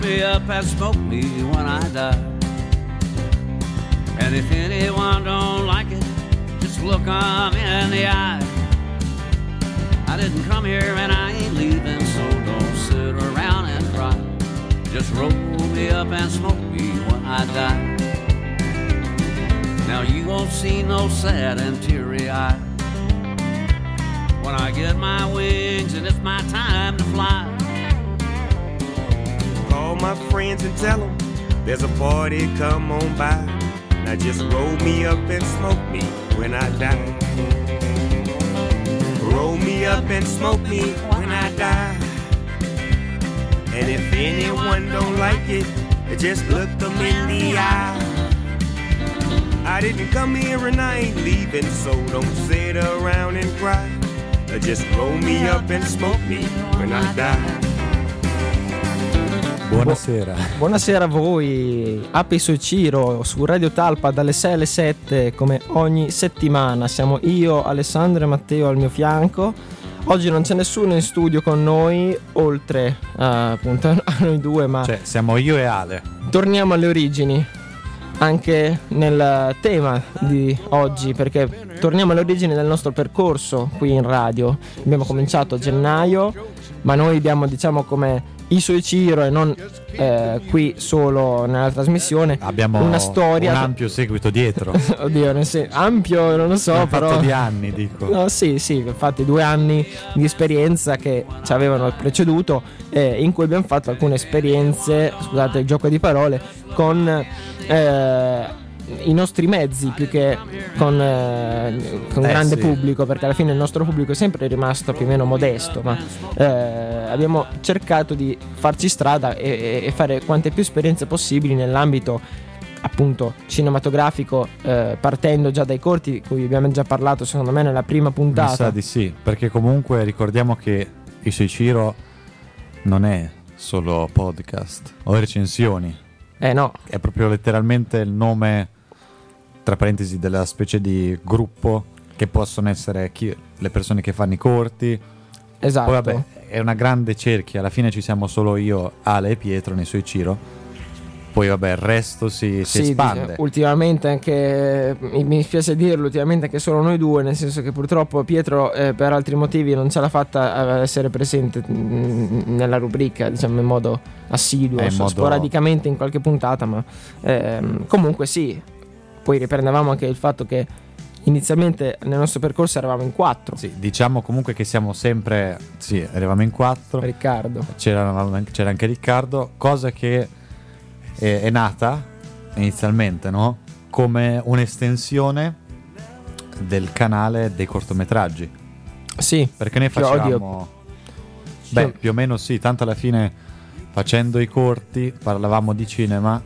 me up and smoke me when I die. And if anyone don't like it, just look 'em in the eye. I didn't come here and I ain't leaving, so don't sit around and cry. Just roll me up and smoke me when I die. Now you won't see no sad and teary eye when I get my wings and it's my time to fly. Call my friends and tell them there's a party, come on by. Now just roll me up and smoke me when I die. Roll me up and smoke me when I die. And if anyone don't like it, just look them in the eye. I didn't come here and I ain't leaving, so don't sit around and cry. Just roll me up and smoke me when I die. Buonasera. Buonasera a voi. Happy su Ciro su Radio Talpa dalle 6 alle 7 come ogni settimana. Siamo io, Alessandro e Matteo al mio fianco. Oggi non c'è nessuno in studio con noi, oltre appunto a noi due, ma cioè siamo io e Ale. Torniamo alle origini anche nel tema di oggi, perché torniamo alle origini del nostro percorso qui in radio. Abbiamo cominciato a gennaio, ma noi abbiamo, diciamo, come i suoi Ciro e non qui solo nella trasmissione, abbiamo una storia, un ampio seguito dietro. Oddio, ampio non lo so, però fatto di anni, dico. No, sì, infatti 2 anni di esperienza che ci avevano preceduto, in cui abbiamo fatto alcune esperienze, scusate il gioco di parole, con i nostri mezzi più che con grande pubblico, perché alla fine il nostro pubblico è sempre rimasto più o meno modesto, ma abbiamo cercato di farci strada e fare quante più esperienze possibili nell'ambito appunto cinematografico, partendo già dai corti di cui abbiamo già parlato secondo me nella prima puntata. Mi sa di sì, perché comunque ricordiamo che i suoi Ciro non è solo podcast o recensioni. No, è proprio letteralmente il nome, tra parentesi, della specie di gruppo che possono essere le persone che fanno i corti. Esatto. Poi vabbè, è una grande cerchia, alla fine ci siamo solo io, Ale e Pietro nei suoi Ciro. Poi vabbè, il resto si espande. Ultimamente anche, mi spiace dirlo, ultimamente anche solo noi due, nel senso che purtroppo Pietro per altri motivi non ce l'ha fatta ad essere presente nella rubrica, diciamo in modo assiduo, sporadicamente in qualche puntata, ma comunque sì. Poi riprendevamo anche il fatto che inizialmente nel nostro percorso eravamo in 4. Sì, diciamo comunque che siamo sempre, sì, eravamo in 4. Riccardo. C'era anche Riccardo, cosa che è nata inizialmente, no? Come un'estensione del canale dei cortometraggi. Sì. Perché noi facevamo più o meno sì, tanto alla fine facendo i corti parlavamo di cinema.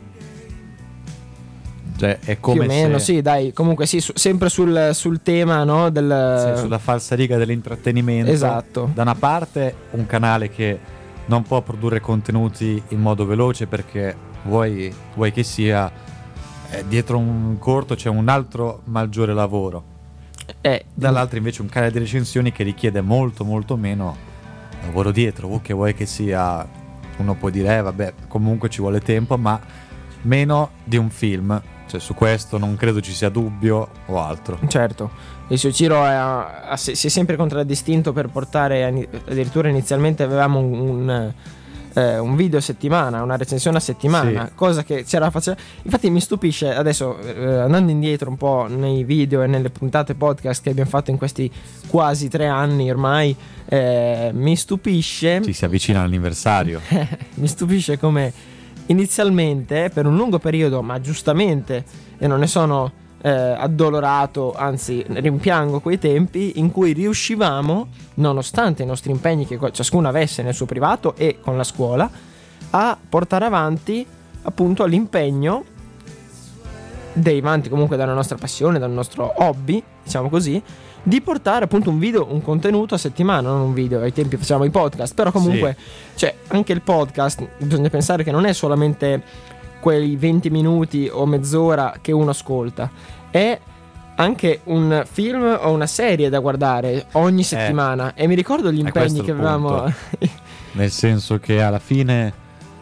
Cioè è come più o meno, sì, dai, comunque sì, sempre sul tema, no, sulla falsariga dell'intrattenimento. Esatto. Da una parte un canale che non può produrre contenuti in modo veloce perché vuoi che sia dietro un corto c'è un altro maggiore lavoro. Dall'altro invece un canale di recensioni che richiede molto molto meno lavoro dietro, che vuoi che sia, uno può dire vabbè, comunque ci vuole tempo, ma meno di un film. Cioè su questo non credo ci sia dubbio o altro. Certo, il suo Ciro si è sempre contraddistinto per portare, addirittura inizialmente avevamo un video a settimana, una recensione a settimana, sì. Cosa che c'era facile. Infatti mi stupisce adesso, andando indietro un po' nei video e nelle puntate podcast che abbiamo fatto in questi quasi 3 anni ormai, mi stupisce, ci si avvicina all'anniversario. Mi stupisce come inizialmente per un lungo periodo, ma giustamente, e non ne sono addolorato, anzi rimpiango quei tempi in cui riuscivamo, nonostante i nostri impegni che ciascuno avesse nel suo privato e con la scuola, a portare avanti appunto l'impegno derivanti comunque dalla nostra passione, dal nostro hobby, diciamo così, di portare appunto un video, un contenuto a settimana, non un video, ai tempi facevamo i podcast, però comunque sì. Cioè anche il podcast bisogna pensare che non è solamente quei 20 minuti o mezz'ora che uno ascolta, è anche un film o una serie da guardare ogni settimana, e mi ricordo gli impegni che avevamo. Nel senso che alla fine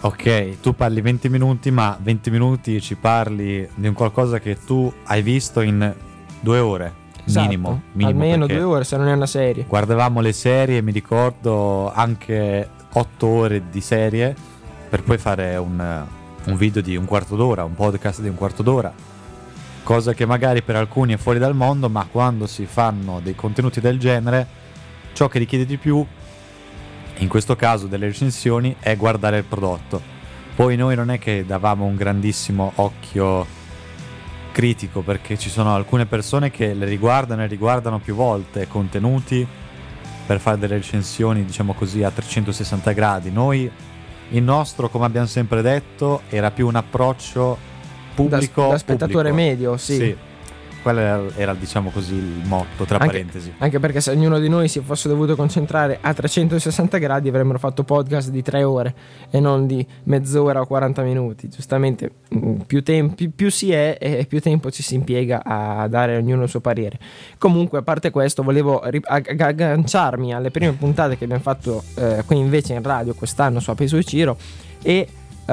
Ok, tu parli 20 minuti, ma 20 minuti ci parli di un qualcosa che tu hai visto in 2 ore, Esatto, minimo, almeno perché 2 ore se non è una serie. guardavamo le serie, mi ricordo anche 8 ore di serie per poi fare un video di un quarto d'ora, un podcast di un quarto d'ora, cosa che magari per alcuni è fuori dal mondo, ma quando si fanno dei contenuti del genere, ciò che richiede di più, in questo caso delle recensioni, è guardare il prodotto. Poi noi non è che davamo un grandissimo occhio critico, perché ci sono alcune persone che le riguardano e riguardano più volte contenuti per fare delle recensioni, diciamo così, a 360 gradi. Noi, il nostro, come abbiamo sempre detto, era più un approccio pubblico, da spettatore pubblico. medio, sì. Quello era, diciamo così, il motto, tra parentesi. Anche perché se ognuno di noi si fosse dovuto concentrare a 360 gradi avremmo fatto podcast di 3 ore e non di mezz'ora o 40 minuti. Giustamente più si è e più tempo ci si impiega a dare ognuno il suo parere. Comunque, a parte questo, volevo agganciarmi alle prime puntate che abbiamo fatto qui invece in radio quest'anno su Ape Soichiro e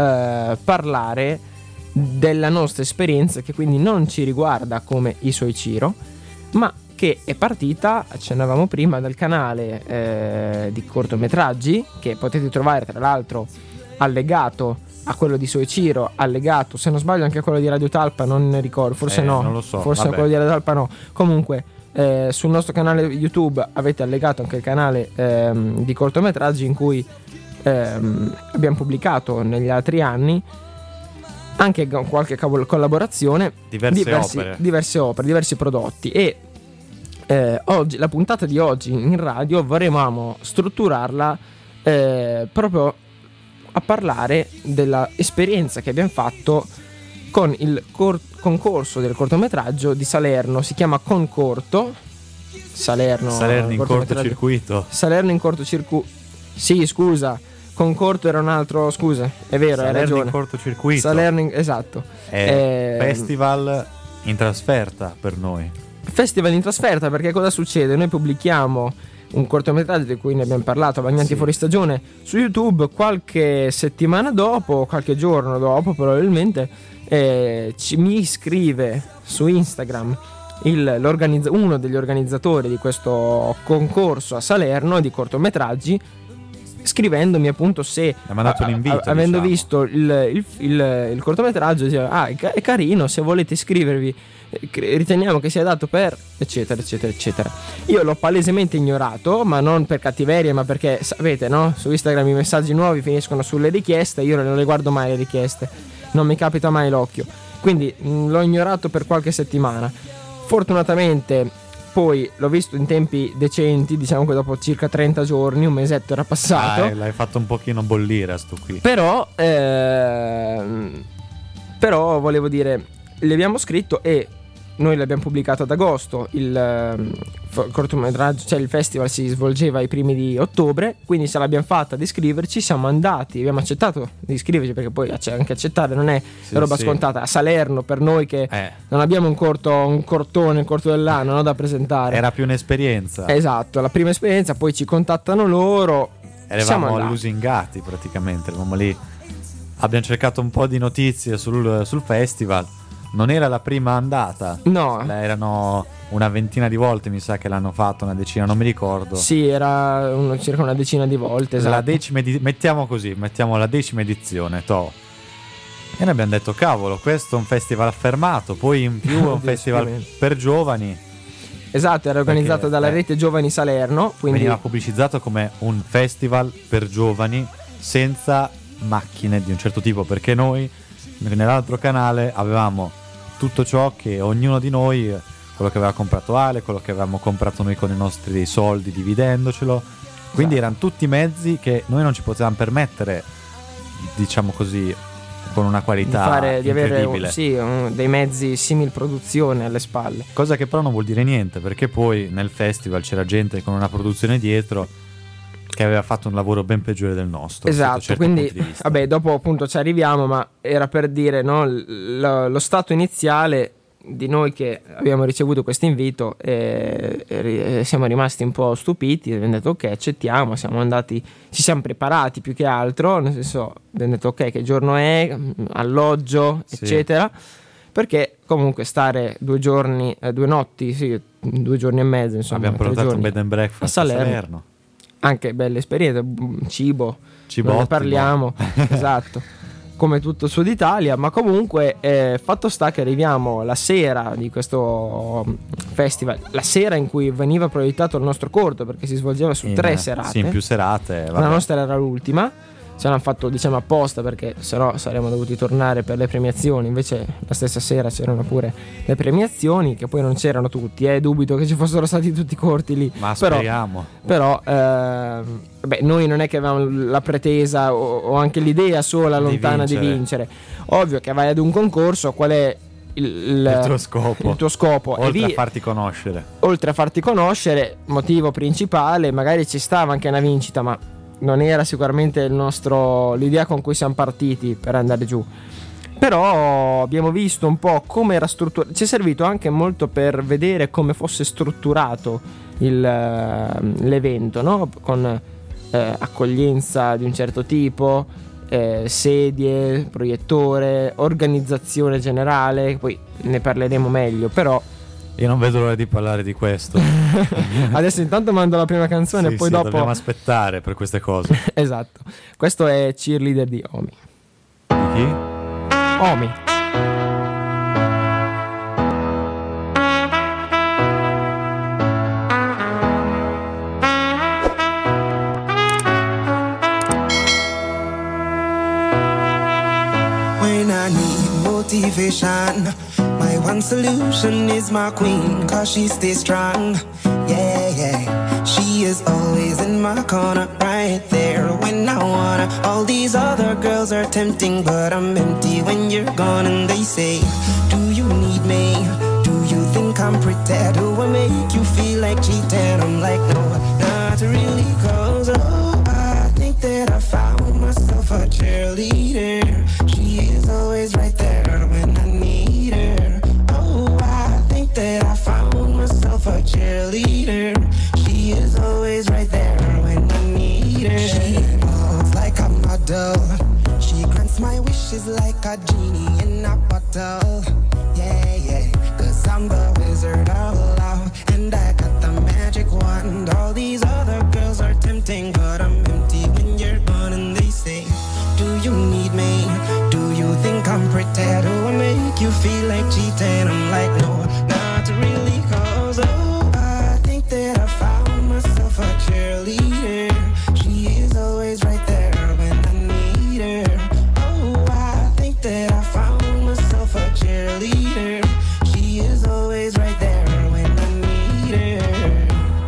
parlare della nostra esperienza, che quindi non ci riguarda come i Soichiro, ma che è partita, accennavamo prima, dal canale di cortometraggi, che potete trovare tra l'altro allegato a quello di Soichiro, allegato, se non sbaglio, anche a quello di Radio Talpa, non ne ricordo, forse no, non lo so, forse vabbè. quello di Radio Talpa no. Comunque sul nostro canale YouTube avete allegato anche il canale di cortometraggi, in cui abbiamo pubblicato negli altri anni anche con qualche collaborazione, diverse opere, diversi prodotti. E oggi, la puntata di oggi in radio, vorremmo strutturarla proprio a parlare della esperienza che abbiamo fatto con il concorso del cortometraggio di Salerno. Si chiama Concorto Salerno in cortocircuito. Salerno in cortocircuito. Sì, scusa, Concorto era un altro, scusa, è vero, hai ragione. In cortocircuito. Salerno, esatto. Festival in trasferta per noi. Festival in trasferta, perché cosa succede? Noi pubblichiamo un cortometraggio di cui ne abbiamo parlato, Bagnanti fuori stagione, su YouTube. Qualche settimana dopo, qualche giorno dopo probabilmente, mi scrive su Instagram uno degli organizzatori di questo concorso a Salerno di cortometraggi, scrivendomi appunto se ha mandato un invito, avendo diciamo, visto il cortometraggio, diceva è carino, se volete iscrivervi riteniamo che sia adatto per eccetera eccetera eccetera. Io l'ho palesemente ignorato, ma non per cattiveria, ma perché sapete, no? Su Instagram i messaggi nuovi finiscono sulle richieste, io non le guardo mai le richieste, non mi capita mai l'occhio, quindi l'ho ignorato per qualche settimana. Fortunatamente poi l'ho visto in tempi decenti, diciamo che dopo circa 30 giorni, un mesetto era passato. L'hai fatto un pochino bollire a sto qui. Però volevo dire, le abbiamo scritto e noi l'abbiamo pubblicato ad agosto. Il cortometraggio, cioè il festival si svolgeva ai primi di ottobre, quindi se l'abbiamo fatta di iscriverci, siamo andati, abbiamo accettato di iscriverci, perché poi anche accettare non è roba scontata. A Salerno, per noi che non abbiamo un cortone, il corto dell'anno, no, da presentare, era più un'esperienza. Esatto, la prima esperienza. Poi ci contattano loro, eravamo lusingati praticamente, eravamo lì, abbiamo cercato un po' di notizie sul festival. Non era la prima andata, no, erano una ventina di volte, mi sa che l'hanno fatto, una decina, non mi ricordo. Sì, era circa una decina di volte, esatto. La decima mettiamo la 10ª edizione, E noi abbiamo detto, cavolo, questo è un festival affermato, poi in più è un festival per giovani. Esatto, era organizzato dalla rete Giovani Salerno, quindi veniva pubblicizzato come un festival per giovani senza macchine di un certo tipo, perché noi nell'altro canale avevamo tutto ciò che ognuno di noi, quello che aveva comprato Ale, quello che avevamo comprato noi con i nostri soldi dividendocelo, quindi erano tutti mezzi che noi non ci potevamo permettere, diciamo così, con una qualità di avere dei mezzi simil produzione alle spalle, cosa che però non vuol dire niente, perché poi nel festival c'era gente con una produzione dietro che aveva fatto un lavoro ben peggiore del nostro. Esatto, quindi vabbè, dopo appunto ci arriviamo, ma era per dire, no, lo stato iniziale di noi che abbiamo ricevuto questo invito siamo rimasti un po' stupiti, abbiamo detto ok, accettiamo, siamo andati, ci siamo preparati più che altro, nel senso abbiamo detto ok, che giorno è, alloggio, Sì. eccetera, perché comunque stare 2 giorni, 2 notti, sì, 2 giorni e mezzo, insomma, Abbiamo 3 prenotato un giorni bed and breakfast a a Salerno. Salerno. Anche belle esperienze, cibo, Cibo non ne ottimo. parliamo, esatto, come tutto il sud Italia, ma comunque fatto sta che arriviamo la sera di questo festival, la sera in cui veniva proiettato il nostro corto, perché si svolgeva su 3 serate. Sì, in più serate. La vabbè. nostra era l'ultima, ce l'hanno fatto diciamo apposta perché sennò saremmo dovuti tornare per le premiazioni, invece la stessa sera c'erano pure le premiazioni, che poi non c'erano tutti, dubito che ci fossero stati tutti corti lì, Ma speriamo. però noi non è che avevamo la pretesa o anche l'idea sola lontana di vincere. Ovvio che vai ad un concorso, qual è il tuo scopo. Il tuo scopo. Oltre a farti conoscere. Oltre a farti conoscere, motivo principale, magari ci stava anche una vincita, ma non era sicuramente l'idea con cui siamo partiti per andare giù. Però abbiamo visto un po' come era strutturato, ci è servito anche molto per vedere come fosse strutturato l'evento, no? Con accoglienza di un certo tipo, sedie, proiettore, organizzazione generale, poi ne parleremo meglio, però io non vedo l'ora di parlare di questo. adesso intanto mando la prima canzone Sì, e poi sì, dopo dobbiamo aspettare per queste cose. esatto, questo è Cheerleader di Omi. Di chi? Omi. When I need motivation, my one solution is my queen, cause she stays strong. Yeah, yeah. She is always in my corner, right there when I wanna. All these other girls are tempting, but I'm empty when you're gone. And they say, do you need me? Do you think I'm pretty? Do I make you feel like cheating? I'm like, no, not really, cause I think that I found myself a cheerleader. She is always right there when I need her. Oh, I think that I found myself a cheerleader. She is always right there when I need her. She walks like a model. She grants my wishes like a genie in a bottle. Yeah, yeah, cause I'm the wizard of love, and I got the magic wand. All these other girls are tempting, but I'm empty when you're gone. And they say, do you need me? Do you think I'm pretty? Do I make you feel like cheating? I'm like, no, not really, cause I think that I found myself a cheerleader. She is always right there when I need her. Oh, I think that I found myself a cheerleader. She is always right there when I need her.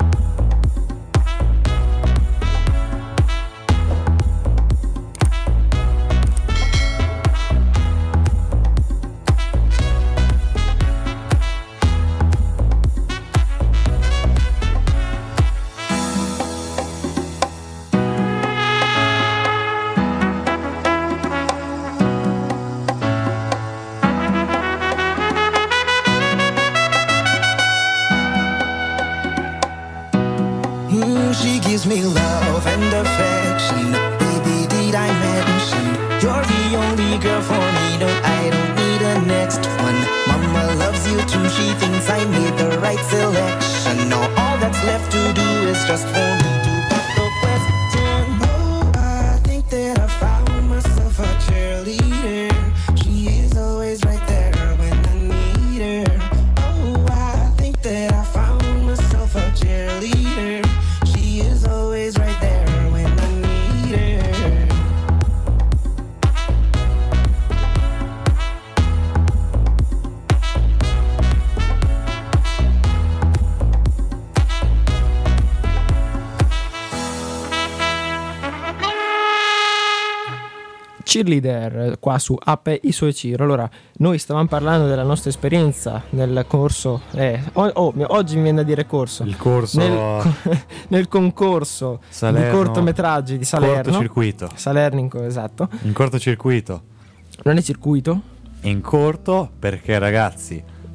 She gives me love and affection. Baby, did I mention you're the only girl for me? No, I don't need a next one. Mama loves you too. She thinks I made the right selection. Now all that's left to do is just for me to put the question. Oh, I think that I found myself a cheerleader. She is always right there when I need her. Oh, I think that I found myself a cheerleader. She is always right there when I need her. Cheerleader qua su Ape i suoi Ciro. Allora, noi stavamo parlando della nostra esperienza nel corso. Oggi mi viene da dire corso. Il corso Nel concorso Salerno, di cortometraggi di Salerno. Cortocircuito. Salernico, esatto. In cortocircuito. Non è circuito? In corto perché ragazzi,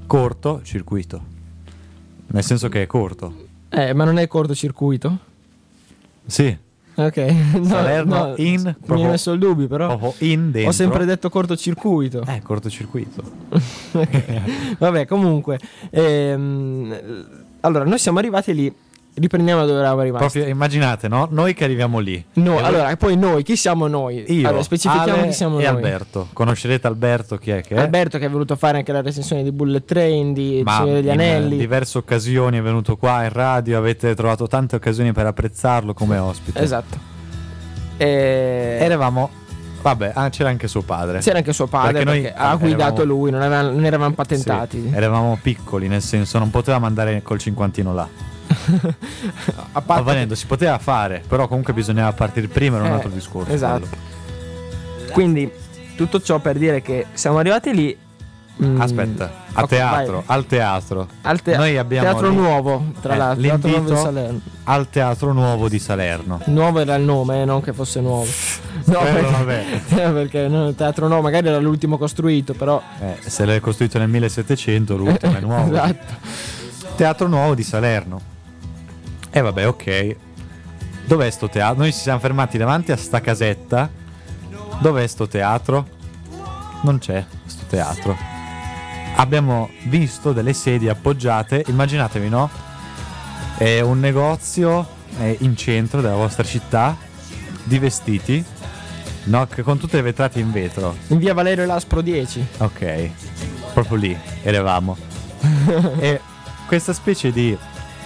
corto circuito, nel senso che è corto. Ma non è cortocircuito? Sì. Ok, Salerno in mi hai proprio- messo il dubbio, però proprio in dentro. ho sempre detto cortocircuito. Cortocircuito. Vabbè, comunque, allora noi siamo arrivati lì, riprendiamo da dove eravamo rimasti. Proprio immaginate, no? Noi che arriviamo lì. No, E allora, poi noi, chi siamo noi? io, Allora, specifichiamo Ale chi siamo e noi. Alberto. Conoscerete Alberto, chi è che è? Alberto che è voluto fare anche la recensione di Bullet Train, di Ma Signore degli in Anelli. diverse occasioni è venuto qua in radio, avete trovato tante occasioni per apprezzarlo come ospite. Esatto. Eravamo, vabbè, c'era anche suo padre. C'era anche suo padre Perché noi perché ha guidato eravamo- lui, non eravamo patentati. Sì, eravamo piccoli, nel senso non potevamo andare col cinquantino là. A parte Avvenendo, si poteva fare, però comunque bisognava partire prima, era un altro discorso. Esatto. quello. Quindi tutto ciò per dire che siamo arrivati lì. Aspetta, a ok, teatro, vai. al teatro. Al Noi abbiamo Teatro lì- Nuovo, tra l'altro, Teatro Nuovo di l'invito Salerno. al Teatro Nuovo di Salerno. Nuovo era il nome, non che fosse nuovo. No, Quello, perché, perché no, il Teatro Nuovo magari era l'ultimo costruito, però Se l'è costruito nel 1700, l'ultimo è nuovo. esatto. Teatro Nuovo di Salerno. E vabbè, ok. Dov'è sto teatro? Noi ci siamo fermati davanti a sta casetta. Dov'è sto teatro? Non c'è sto teatro. Abbiamo visto delle sedie appoggiate. Immaginatevi, no? È un negozio in centro della vostra città di vestiti, no? Con tutte le vetrate in vetro. In via Valerio Laspro 10. Ok, proprio lì eravamo. E questa specie di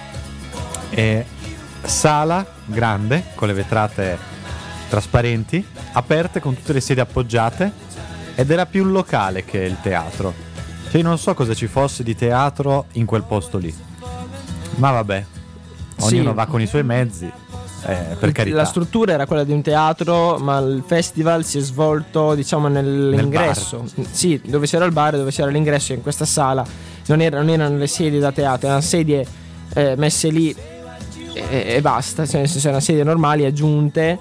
sala grande con le vetrate trasparenti, aperte con tutte le sedie appoggiate, ed era più un locale che il teatro. Cioè, non so cosa ci fosse di teatro in quel posto lì. Ma vabbè, ognuno Sì. va con i suoi mezzi, per carità. La struttura era quella di un teatro, ma il festival si è svolto, diciamo, nell'ingresso. Sì, dove c'era il bar, dove c'era l'ingresso, in questa sala. Non erano le sedie da teatro, erano sedie messe lì e basta. Cioè, nel senso, erano sedie normali aggiunte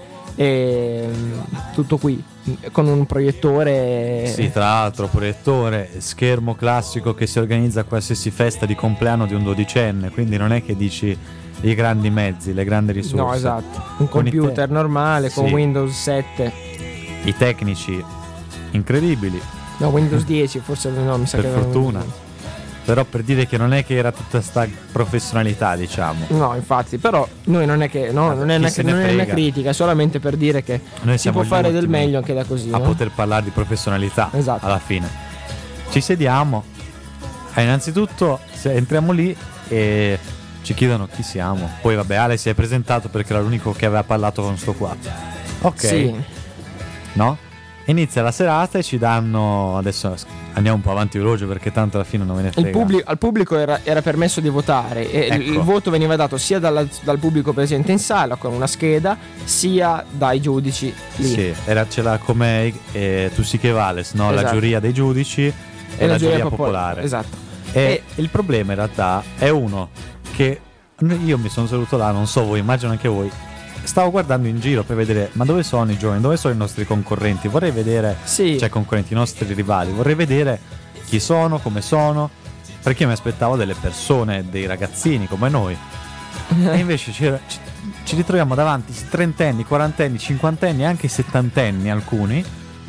e tutto qui, con un proiettore. Sì, tra l'altro proiettore, schermo classico che si organizza a qualsiasi festa di compleanno di un dodicenne, quindi non è che dici i grandi mezzi, le grandi risorse. No, esatto. Un Con i computer normale con Sì. Windows 7. I tecnici incredibili, No, Windows 10 forse no, mi sa per che era fortuna. Windows Però per dire che non è che era tutta sta professionalità, diciamo. 10. No, infatti, però noi non è che no, non è Chi una, se ne non è una frega. critica, è solamente per dire che Noi si siamo può gli fare del ultimi meglio anche da così, a no? poter parlare di professionalità. Esatto. Alla fine ci sediamo e innanzitutto entriamo lì e ci chiedono chi siamo. Poi vabbè, Ale si è presentato perché era l'unico che aveva parlato con sto qua. Ok, Sì. no? Inizia la serata e ci danno. Adesso andiamo un po' avanti veloce perché tanto alla fine non me ne frega. Al pubblico era permesso di votare e il Ecco. voto veniva dato sia dal pubblico presente in sala con una scheda, sia dai giudici lì. Sì, c'era come Tu sì che vales, no? La Esatto. giuria dei giudici e la giuria popolare. Esatto. E il problema in realtà è uno che io mi sono seduto là, non so voi, immagino anche voi. Stavo guardando in giro per vedere ma dove sono i giovani, dove sono i nostri concorrenti. Vorrei vedere, Sì. cioè concorrenti, i nostri rivali. Vorrei vedere chi sono, come sono, perché io mi aspettavo delle persone, dei ragazzini come noi. E invece ci ritroviamo davanti trentenni, quarantenni, cinquantenni, anche settantenni alcuni.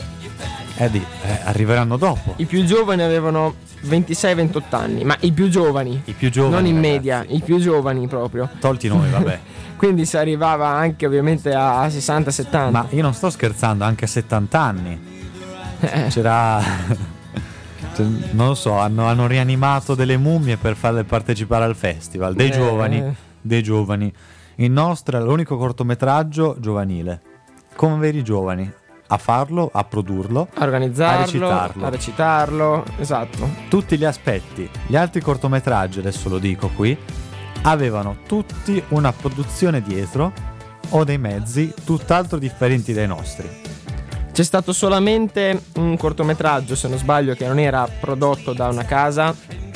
E arriveranno dopo. I più giovani avevano 26-28 anni, ma i più giovani, I più giovani, non in ragazzi. media, i più giovani proprio. Tolti noi, vabbè. Quindi si arrivava anche ovviamente a 60-70. Ma io non sto scherzando, anche a 70 anni. C'era. cioè, non lo so, hanno rianimato delle mummie per farle partecipare al festival. Dei giovani. Il nostro è l'unico cortometraggio giovanile. Con veri giovani. A farlo, a produrlo, a organizzarlo, a recitarlo, esatto. tutti gli aspetti. Gli altri cortometraggi, adesso lo dico qui, avevano tutti una produzione dietro o dei mezzi tutt'altro differenti dai nostri. C'è stato solamente un cortometraggio, se non sbaglio, che non era prodotto da una casa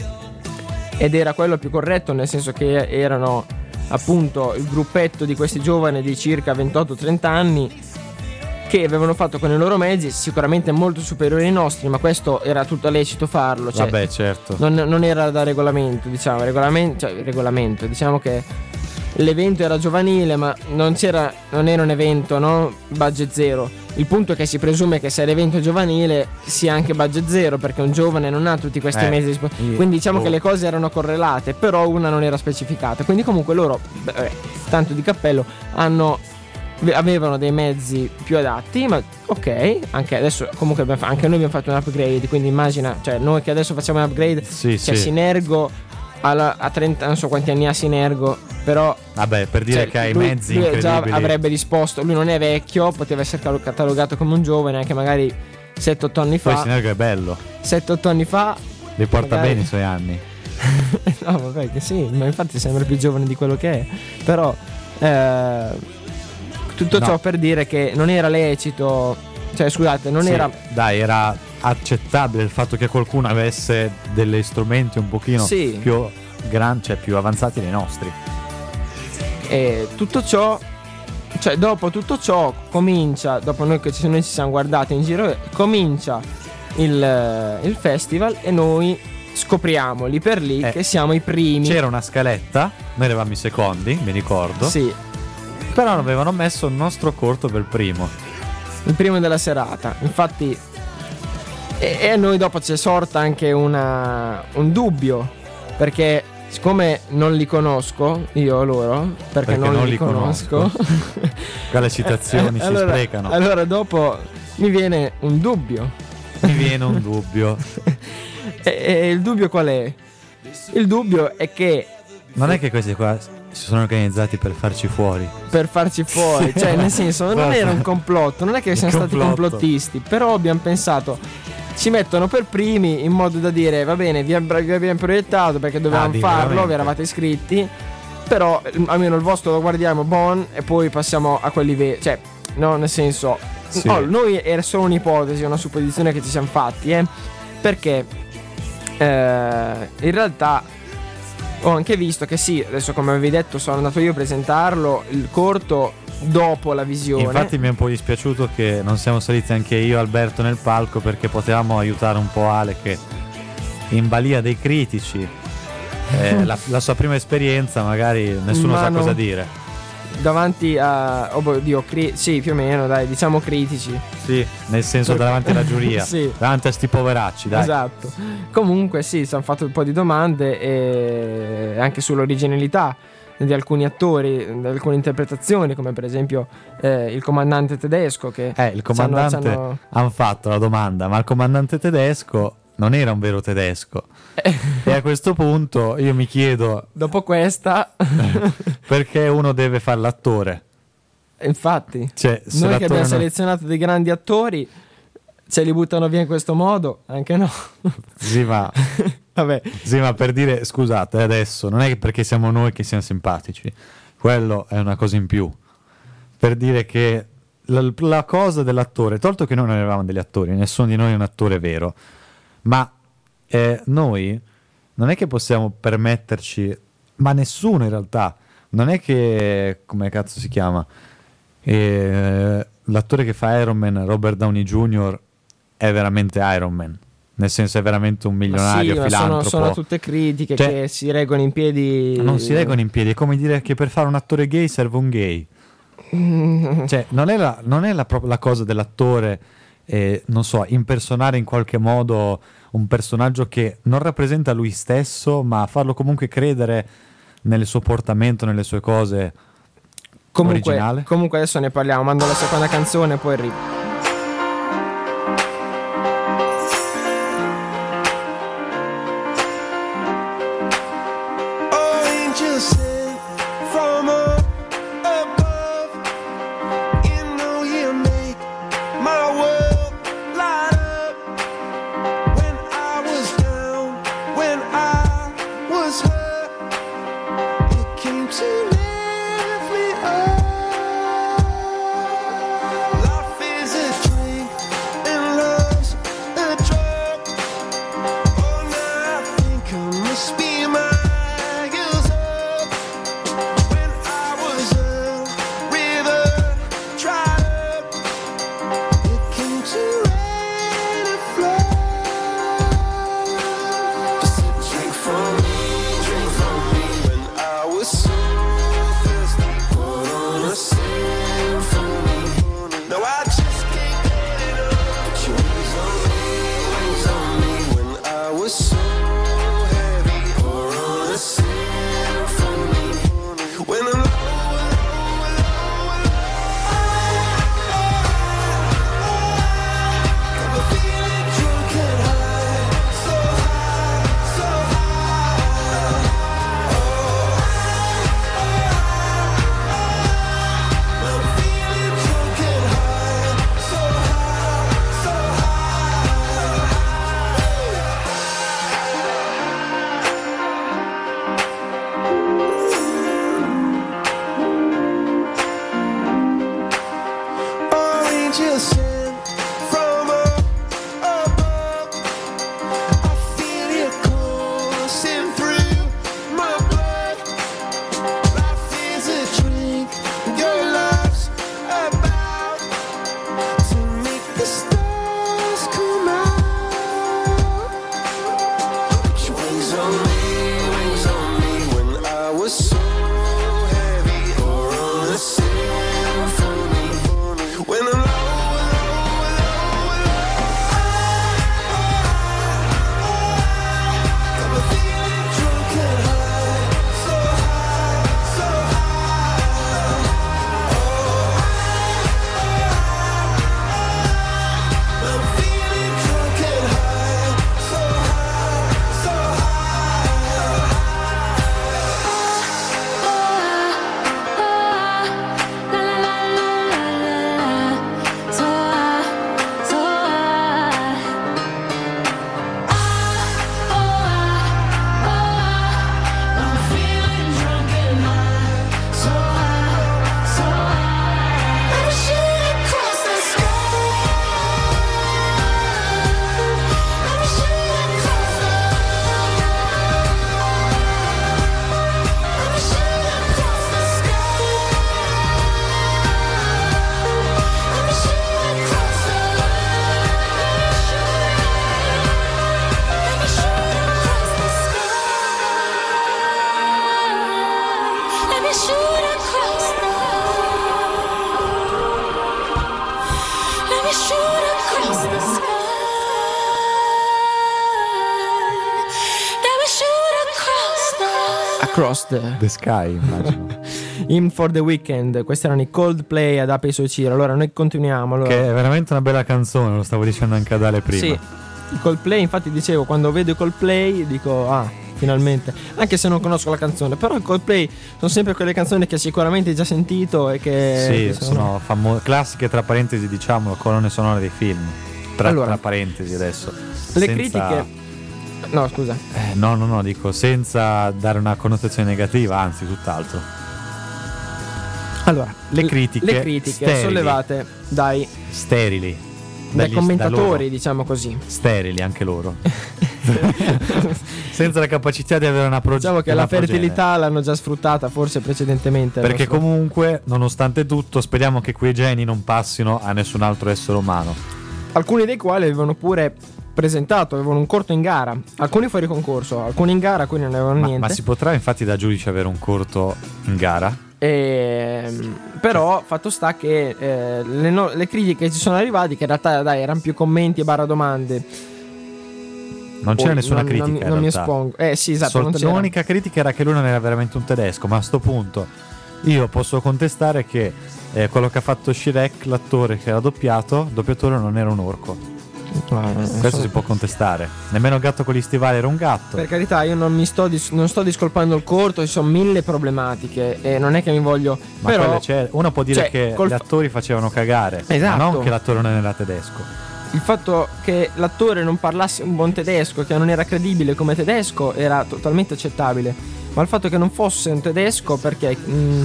ed era quello più corretto, nel senso che erano appunto il gruppetto di questi giovani di circa 28-30 anni che avevano fatto con i loro mezzi, sicuramente molto superiori ai nostri, ma questo era tutto lecito farlo, cioè, Vabbè, certo. non era da regolamento, diciamo, regolamento, diciamo che l'evento era giovanile, ma non era un evento, no? Budget zero. Il punto è che si presume che se l'evento è giovanile sia anche budget zero, perché un giovane non ha tutti questi mezzi quindi diciamo che le cose erano correlate, però una non era specificata. Quindi comunque loro, tanto di cappello, avevano dei mezzi più adatti, ma ok, anche adesso comunque anche noi abbiamo fatto un upgrade, quindi immagina, cioè noi che adesso facciamo un upgrade, Sì, cioè sì. Sinergo a 30, non so quanti anni ha Sinergo, però Vabbè, per dire cioè, che ha i lui mezzi già incredibili. avrebbe disposto, lui non è vecchio, poteva essere catalogato come un giovane anche magari 7-8 anni Poi fa. Sinergo è bello, 7-8 anni fa li porta magari- bene i suoi anni. no vabbè che sì, ma infatti sembra più giovane di quello che è. Però tutto No. ciò per dire che non era lecito, cioè scusate, non Sì, era dai, era accettabile il fatto che qualcuno avesse degli strumenti un pochino Sì. più cioè più avanzati dei nostri. tutto ciò, cioè dopo tutto ciò comincia, dopo noi ci siamo guardati in giro, comincia il festival e noi scopriamo lì per lì che siamo i primi. C'era una scaletta, noi eravamo i secondi, mi ricordo. Sì, Però avevano messo il nostro corto per primo. il primo della serata. Infatti e a noi dopo c'è sorta anche un dubbio, perché siccome non li conosco io loro, perché non li conosco. Quelle citazioni si allora, sprecano. allora dopo mi viene un dubbio. Mi viene un dubbio. E il dubbio qual è? Il dubbio è che Non è che questi qua si sono organizzati per farci fuori. per farci fuori, cioè nel senso non era un complotto, non è che siamo stati complotto. complottisti, però abbiamo pensato ci mettono per primi in modo da dire va bene vi abbiamo proiettato perché dovevamo farlo, veramente. vi eravate iscritti, però almeno il vostro lo guardiamo buon e poi passiamo a quelli veri, cioè no, nel senso Sì. noi era solo un'ipotesi, una supposizione che ci siamo fatti, perché in realtà ho anche visto che sì, adesso come avevi detto sono andato io a presentarlo il corto dopo la visione. Infatti mi è un po' dispiaciuto che non siamo saliti anche io e Alberto nel palco, perché potevamo aiutare un po' Ale che in balia dei critici la sua prima esperienza magari nessuno sa Ma cosa no. dire. Davanti a sì, più o meno, dai, diciamo critici. Sì, nel senso davanti alla giuria. Sì. Davanti a sti poveracci, dai. Esatto. Comunque sì, ci hanno fatto un po' di domande e anche sull'originalità di alcuni attori, di alcune interpretazioni, come per esempio il comandante tedesco che Il comandante hanno fatto la domanda, ma il comandante tedesco non era un vero tedesco. E a questo punto io mi chiedo dopo questa perché uno deve fare l'attore. infatti Cioè, se noi che l'attore abbiamo non- selezionato dei grandi attori ce li buttano via in questo modo, anche no. Sì, ma Vabbè, Sì, ma per dire, scusate, adesso non è che perché siamo noi che siamo simpatici, quello è una cosa in più. Per dire che la cosa dell'attore, tolto che noi non eravamo degli attori, nessuno di noi è un attore vero, ma noi non è che possiamo permetterci, ma nessuno in realtà, non è che, come cazzo si chiama, l'attore che fa Iron Man, Robert Downey Jr., è veramente Iron Man. Nel senso è veramente un milionario, ma filantropo. sono tutte critiche Cioè, che si reggono in piedi. Non si reggono in piedi, è come dire che per fare un attore gay serve un gay. Cioè, non è proprio la cosa dell'attore, non so, impersonare in qualche modo un personaggio che non rappresenta lui stesso, ma farlo comunque credere nel suo portamento, nelle sue cose. Originale. Comunque adesso ne parliamo, mando la seconda canzone e poi arrivo. Life is across the sky. That we shoot across the Across The Sky, immagino. In for the Weekend. Questi erano i Coldplay ad Ape Sociro. Allora noi continuiamo. Allora. Che è veramente una bella canzone, lo stavo dicendo anche ad Ale prima. Sì, i Coldplay, infatti dicevo, quando vedo i Coldplay dico finalmente, anche se non conosco la canzone, però i Coldplay sono sempre quelle canzoni che sicuramente hai già sentito e che Sì, sono classiche, tra parentesi, diciamo, colonne sonore dei film. Tra parentesi adesso. Le critiche. No, scusa. No, dico senza dare una connotazione negativa, anzi tutt'altro. Allora, le critiche sterili, sollevate dai commentatori, loro, diciamo così. sterili anche loro. Senza la capacità di avere una diciamo che la fertilità l'hanno già sfruttata forse precedentemente, perché comunque, nonostante tutto, speriamo che quei geni non passino a nessun altro essere umano, alcuni dei quali avevano pure presentato, avevano un corto in gara, alcuni fuori concorso, alcuni in gara, alcuni non avevano niente. Ma si potrà infatti da giudice avere un corto in gara? Però fatto sta che le critiche ci sono arrivate, che in realtà erano più commenti e barra domande. Non c'era nessuna critica. Non mi espongo. Sì, esatto. L'unica critica era che lui non era veramente un tedesco, ma a sto punto io posso contestare che quello che ha fatto Shrek, l'attore che era doppiatore, non era un orco. Questo si può contestare. Nemmeno il gatto con gli stivali era un gatto. Per carità, io non sto discolpando il corto, ci sono mille problematiche e non è che mi voglio. Ma però uno può dire che gli attori facevano cagare, esatto, ma non che l'attore non era tedesco. Il fatto che l'attore non parlasse un buon tedesco, che non era credibile come tedesco, era totalmente accettabile. Ma il fatto che non fosse un tedesco, perché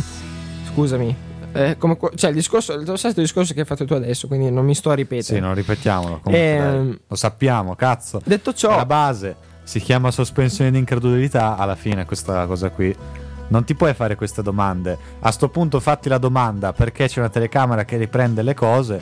scusami, cioè il stesso discorso che hai fatto tu adesso, quindi non mi sto a ripetere. Sì, non ripetiamolo. Comunque, lo sappiamo, cazzo. Detto ciò, la base si chiama sospensione di incredulità. Alla fine, questa cosa qui, non ti puoi fare queste domande. A sto punto, fatti la domanda perché c'è una telecamera che riprende le cose,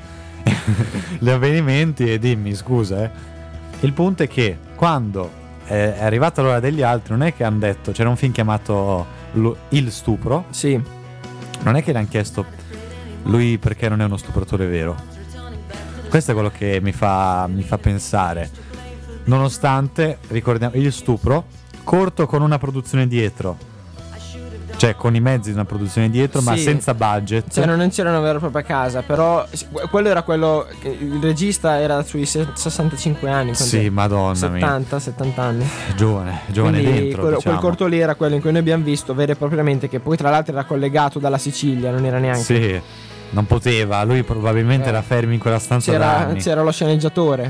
gli avvenimenti, e dimmi scusa. Il punto è che quando è arrivata l'ora degli altri, non è che hanno detto, c'era un film chiamato Il stupro. Sì. Non è che le hanno chiesto lui perché non è uno stupratore vero. Questo è quello che mi fa pensare. Nonostante, ricordiamo, il stupro corto con una produzione dietro, cioè con i mezzi di una produzione dietro, sì, ma senza budget, cioè non c'era una vera e propria casa. Però quello era quello che il regista era sui 65 anni. Sì, madonna 70 anni. Giovane quindi dentro, diciamo. Quel corto lì era quello in cui noi abbiamo visto vero e propriamente, che poi tra l'altro era collegato dalla Sicilia, non era neanche. Sì, non poteva, lui probabilmente era fermo in quella stanza da anni. C'era lo sceneggiatore.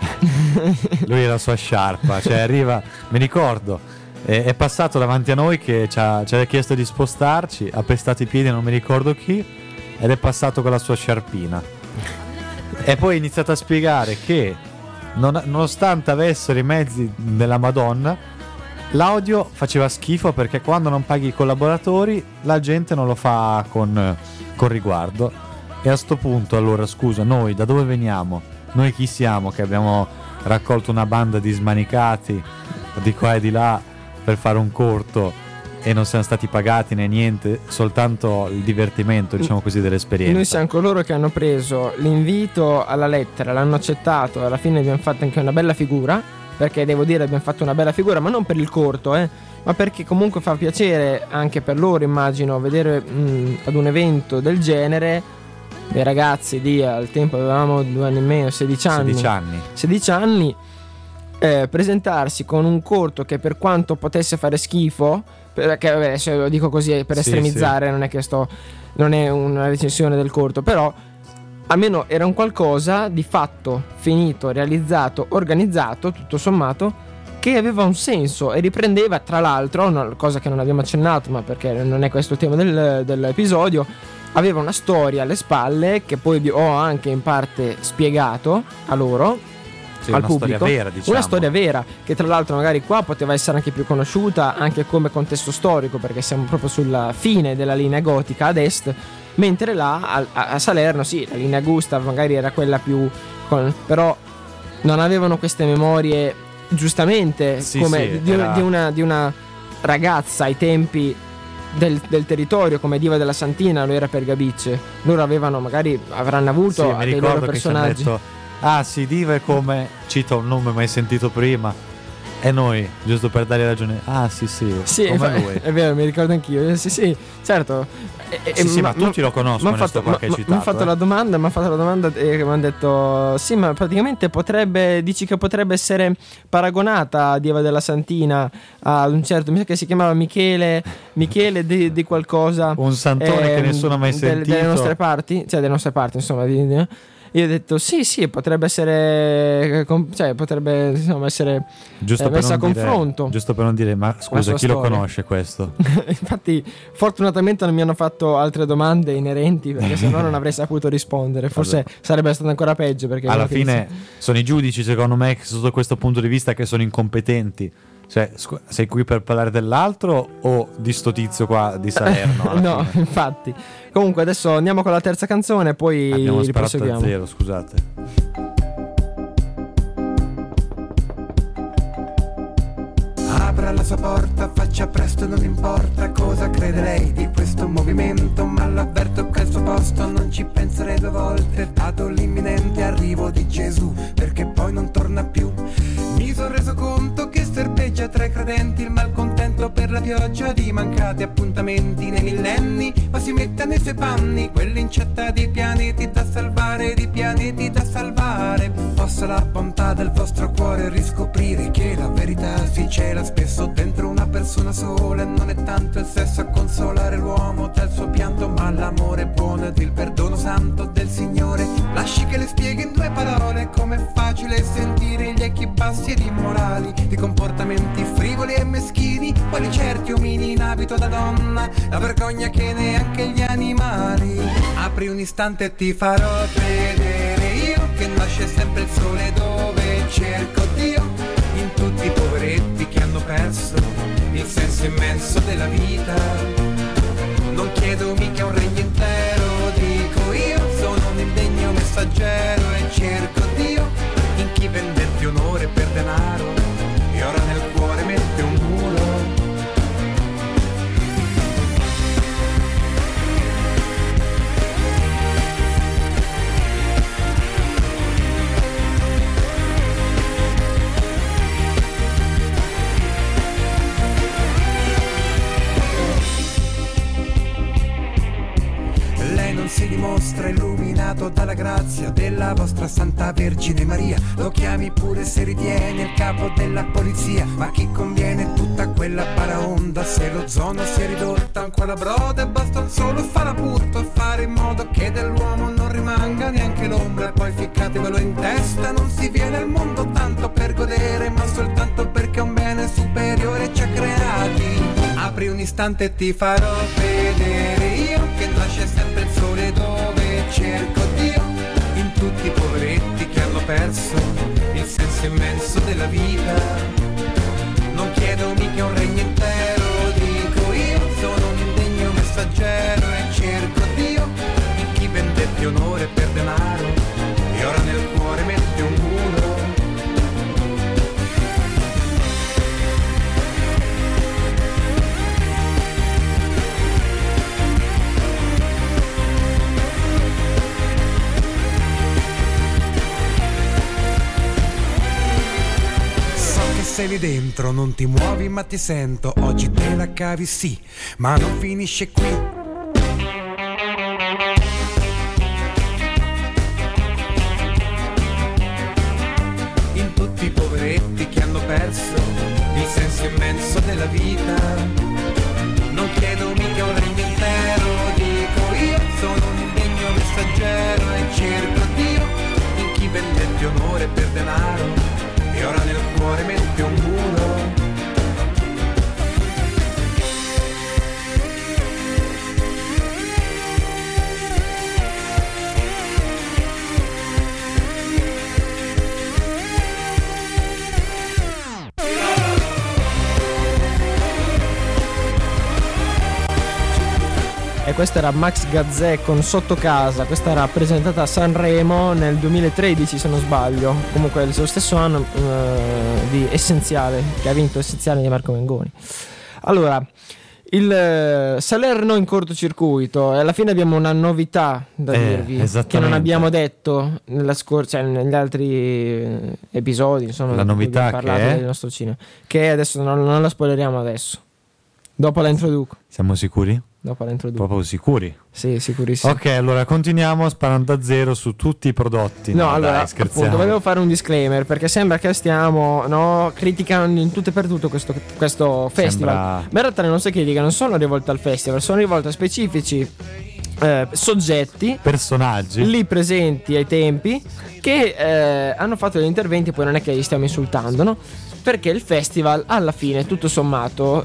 Lui e la sua sciarpa, cioè arriva, mi ricordo, è passato davanti a noi che ci ha chiesto di spostarci, ha pestato i piedi, non mi ricordo chi, ed è passato con la sua sciarpina e poi ha iniziato a spiegare che nonostante avessero i mezzi della Madonna, l'audio faceva schifo perché quando non paghi i collaboratori la gente non lo fa con riguardo. E a sto punto, allora, scusa, noi da dove veniamo? Noi chi siamo che abbiamo raccolto una banda di smanicati di qua e di là per fare un corto e non siamo stati pagati né niente, soltanto il divertimento, diciamo così, dell'esperienza. Noi siamo coloro che hanno preso l'invito alla lettera, l'hanno accettato, alla fine abbiamo fatto anche una bella figura, perché devo dire abbiamo fatto una bella figura, ma non per il corto, ma perché comunque fa piacere anche per loro, immagino, vedere ad un evento del genere dei ragazzi di, al tempo avevamo 2 anni in meno, 16 anni, presentarsi con un corto che, per quanto potesse fare schifo, perché vabbè, se lo dico così per estremizzare, sì. Non è una recensione del corto, però almeno era un qualcosa di fatto, finito, realizzato, organizzato, tutto sommato, che aveva un senso e riprendeva, tra l'altro, una cosa che non abbiamo accennato, ma perché non è questo il tema dell'episodio, aveva una storia alle spalle che poi ho anche in parte spiegato a loro, sì, al una pubblico, storia vera, diciamo. Una storia vera che tra l'altro magari qua poteva essere anche più conosciuta anche come contesto storico, perché siamo proprio sulla fine della linea gotica ad est, mentre là a Salerno sì, la linea Gustav magari era quella più però non avevano queste memorie, giustamente, sì, come sì, di una ragazza ai tempi del territorio, come Diva della Santina lo era per Gabicce. Loro avranno avuto sì, dei loro personaggi. ah sì, diva è come, cita un nome mai sentito prima, e noi, giusto per dargli ragione, ah sì, come lui. È vero, mi ricordo anch'io. Sì, certo. Sì, ma tutti lo conoscono, questo qua che hai citato. Mi ha fatto la domanda, e mi hanno detto sì, ma praticamente dici che potrebbe essere paragonata a Diva della Santina ad un certo, mi sa che si chiamava Michele di qualcosa, un santone che nessuno ha mai sentito, delle nostre parti, insomma. Io ho detto sì, potrebbe essere, potrebbe insomma essere messa a confronto. Giusto per non dire, ma scusa, chi lo conosce questo? Infatti, fortunatamente non mi hanno fatto altre domande inerenti, perché sennò non avrei saputo rispondere. Forse sarebbe stato ancora peggio. Perché alla fine sono i giudici, secondo me, sotto questo punto di vista, che sono incompetenti. Cioè, sei qui per parlare dell'altro o di sto tizio qua di Salerno? No, infatti. Comunque adesso andiamo con la terza canzone, poi abbiamo sparato a zero, scusate. Apra la sua porta, faccia presto, non importa cosa crede lei di questo movimento, ma l'avverto che al suo posto non ci penserei 2 volte, dato l'imminente arrivo di Gesù, perché poi non torna più. Mi sono reso conto che serpeggia tra i credenti il malcontento per la pioggia di mancati appuntamenti nei millenni, ma si mette nei suoi panni quell'incetta di pianeti da salvare, possa la bontà del vostro cuore riscoprire che la verità si cela spesso dentro una persona sola, e non è tanto il sesso a consolare l'uomo dal suo pianto, ma l'amore buono ed il perdono santo del Signore. Lasci che le spieghi in 2 parole com'è facile sentire gli echi bassi ed immorali di comportamenti frivoli e meschini, quali certi omini in abito da donna, la vergogna che neanche gli animali. Apri un istante e ti farò vedere io che nasce sempre il sole dove cerco Dio, in tutti i poveretti che hanno perso il senso immenso della vita. Non chiedo mica un regno intero, dico io sono un indegno messaggero e cerco Dio in chi vendette onore per denaro e ora nel cuore mette un muro. Si dimostra illuminato dalla grazia della vostra Santa Vergine Maria. Lo chiami pure se ritiene il capo della polizia, ma a chi conviene tutta quella paraonda se lo zono si è ridotta ancora broda e basta un solo faraputto a fare in modo che dell'uomo non rimanga neanche l'ombra, e poi ficcatevelo in testa, non si viene al mondo tanto per godere, ma soltanto perché un bene superiore ci ha creati. Apri un istante e ti farò vedere io che nasce sempre il sole dove cerco Dio, in tutti i poveretti che hanno perso il senso immenso della vita. Non chiedo mica un regno intero, dico io sono un indegno messaggero e cerco Dio in chi vendette onore per denaro e ora nel cuore mette un muro. Sei lì dentro, non ti muovi ma ti sento, oggi te la cavi sì, ma non finisce qui. In tutti i poveretti che hanno perso il senso immenso della vita. Non chiedo mica un regno intero, dico io sono un indegno messaggero e cerco Dio in chi vendette onore per denaro e ora nel cuore mette un muro. E questa era Max Gazzè con Sotto Casa. Questa era presentata a Sanremo nel 2013 se non sbaglio, comunque lo stesso anno di Essenziale, che ha vinto Essenziale di Marco Mengoni. Allora, Il Salerno in cortocircuito, e alla fine abbiamo una novità da dirvi che non abbiamo detto negli altri episodi, insomma, la novità abbiamo parlato del nostro cinema, che adesso non la spoileriamo adesso. Dopo la introduco. Siamo sicuri? Dopo la introduco. Proprio sicuri? Sì, sicurissimo. Ok, allora continuiamo sparando a zero su tutti i prodotti. No, allora, dai, scherziamo. appunto, volevo fare un disclaimer perché sembra che stiamo criticando in tutto e per tutto questo festival. Ma in realtà non si critica, non sono rivolte al festival, sono rivolte a specifici soggetti, personaggi lì presenti ai tempi che hanno fatto degli interventi. Poi non è che li stiamo insultando, no? Perché il festival alla fine, tutto sommato,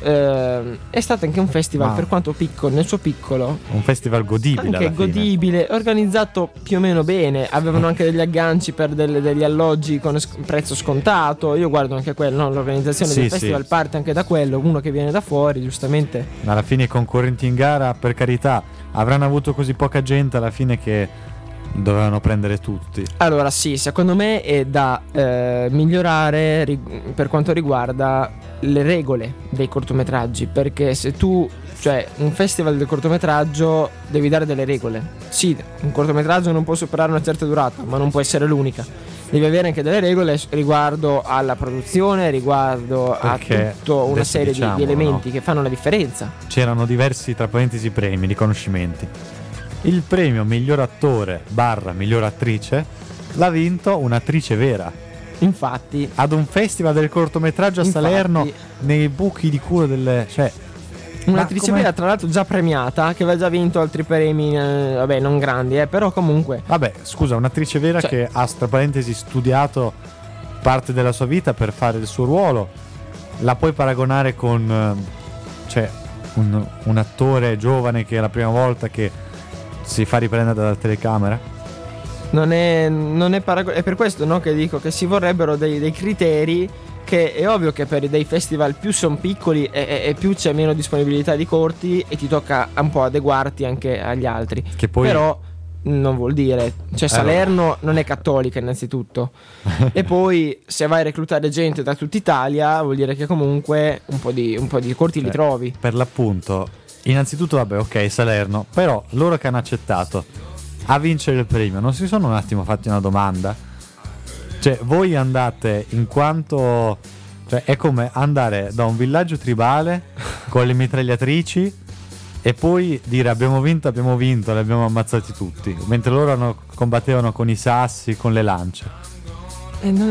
è stato anche un festival, per quanto piccolo, nel suo piccolo, un festival godibile, anche godibile, organizzato più o meno bene. Avevano anche degli agganci per degli alloggi con prezzo scontato. Io guardo anche quello, no? L'organizzazione del festival parte anche da quello. Uno che viene da fuori, giustamente. Alla fine i concorrenti in gara, per carità, avranno avuto così poca gente alla fine che dovevano prendere tutti. Allora sì, secondo me è da migliorare per quanto riguarda le regole dei cortometraggi, perché se tu, cioè un festival del cortometraggio, devi dare delle regole. Sì, un cortometraggio non può superare una certa durata, ma non può essere l'unica. Devi avere anche delle regole riguardo alla produzione, riguardo a tutta una serie di elementi che fanno la differenza. C'erano diversi, tra parentesi, premi, riconoscimenti. Il premio miglior attore / miglior attrice l'ha vinto un'attrice vera. Infatti, ad un festival del cortometraggio a Salerno, nei buchi di culo delle... Cioè, un'attrice vera, tra l'altro già premiata, che aveva già vinto altri premi, vabbè, non grandi, però comunque... Vabbè, scusa, un'attrice vera che ha, tra parentesi, studiato parte della sua vita per fare il suo ruolo. La puoi paragonare con... cioè, un attore giovane che è la prima volta che si fa riprendere dalla telecamera? Non è è per questo, no, che dico che si vorrebbero dei criteri, che è ovvio che per dei festival più sono piccoli e più c'è meno disponibilità di corti e ti tocca un po' adeguarti anche agli altri. Che poi... Però non vuol dire, cioè Salerno non è cattolica innanzitutto e poi se vai a reclutare gente da tutta Italia vuol dire che comunque un po' di corti li trovi. Per l'appunto, innanzitutto vabbè, ok, Salerno, però loro che hanno accettato a vincere il premio non si sono un attimo fatti una domanda? Cioè, voi andate in quanto... cioè, è come andare da un villaggio tribale con le mitragliatrici e poi dire abbiamo vinto, li abbiamo ammazzati tutti, mentre loro combattevano con i sassi, con le lance. E non